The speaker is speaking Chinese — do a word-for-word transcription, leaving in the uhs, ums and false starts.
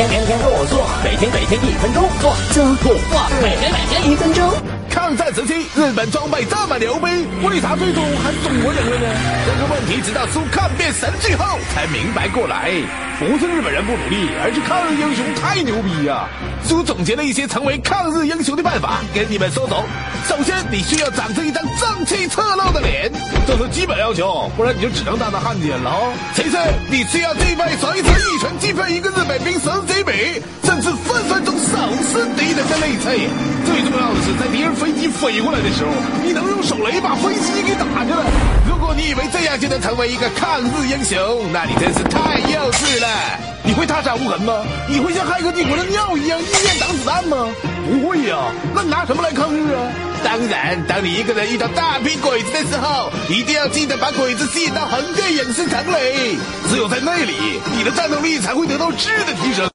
天天天做做，每天每天一分钟做做做做，每天每天一分钟。 抗战时期，日本装备这么牛逼，为啥最终还是中国赢了呢？这个问题直到苏看遍神剧后才明白过来。不是日本人不努力，而是抗日英雄太牛逼呀、啊！苏总结了一些成为抗日英雄的办法，跟你们说走。首先，你需要长着一张正气侧漏的脸，这是基本要求，不然你就只能当当汉奸了哦。其次，你需要具备随时一拳击飞一个日本兵十几米，甚至分分钟扫视敌人的内侧。最重要的是，在敌人飞机飞过来的时候，你能用手雷把飞机给打下来。如果你以为这样就能成为一个抗日英雄，那你真是太幼稚了。你会他杀无痕吗？你会像骇客帝国的尿一样意念挡子弹吗？不会呀、啊，那你拿什么来抗日啊？当然，当你一个人遇到大批鬼子的时候，一定要记得把鬼子吸引到横店影视城里，只有在那里，你的战斗力才会得到质的提升。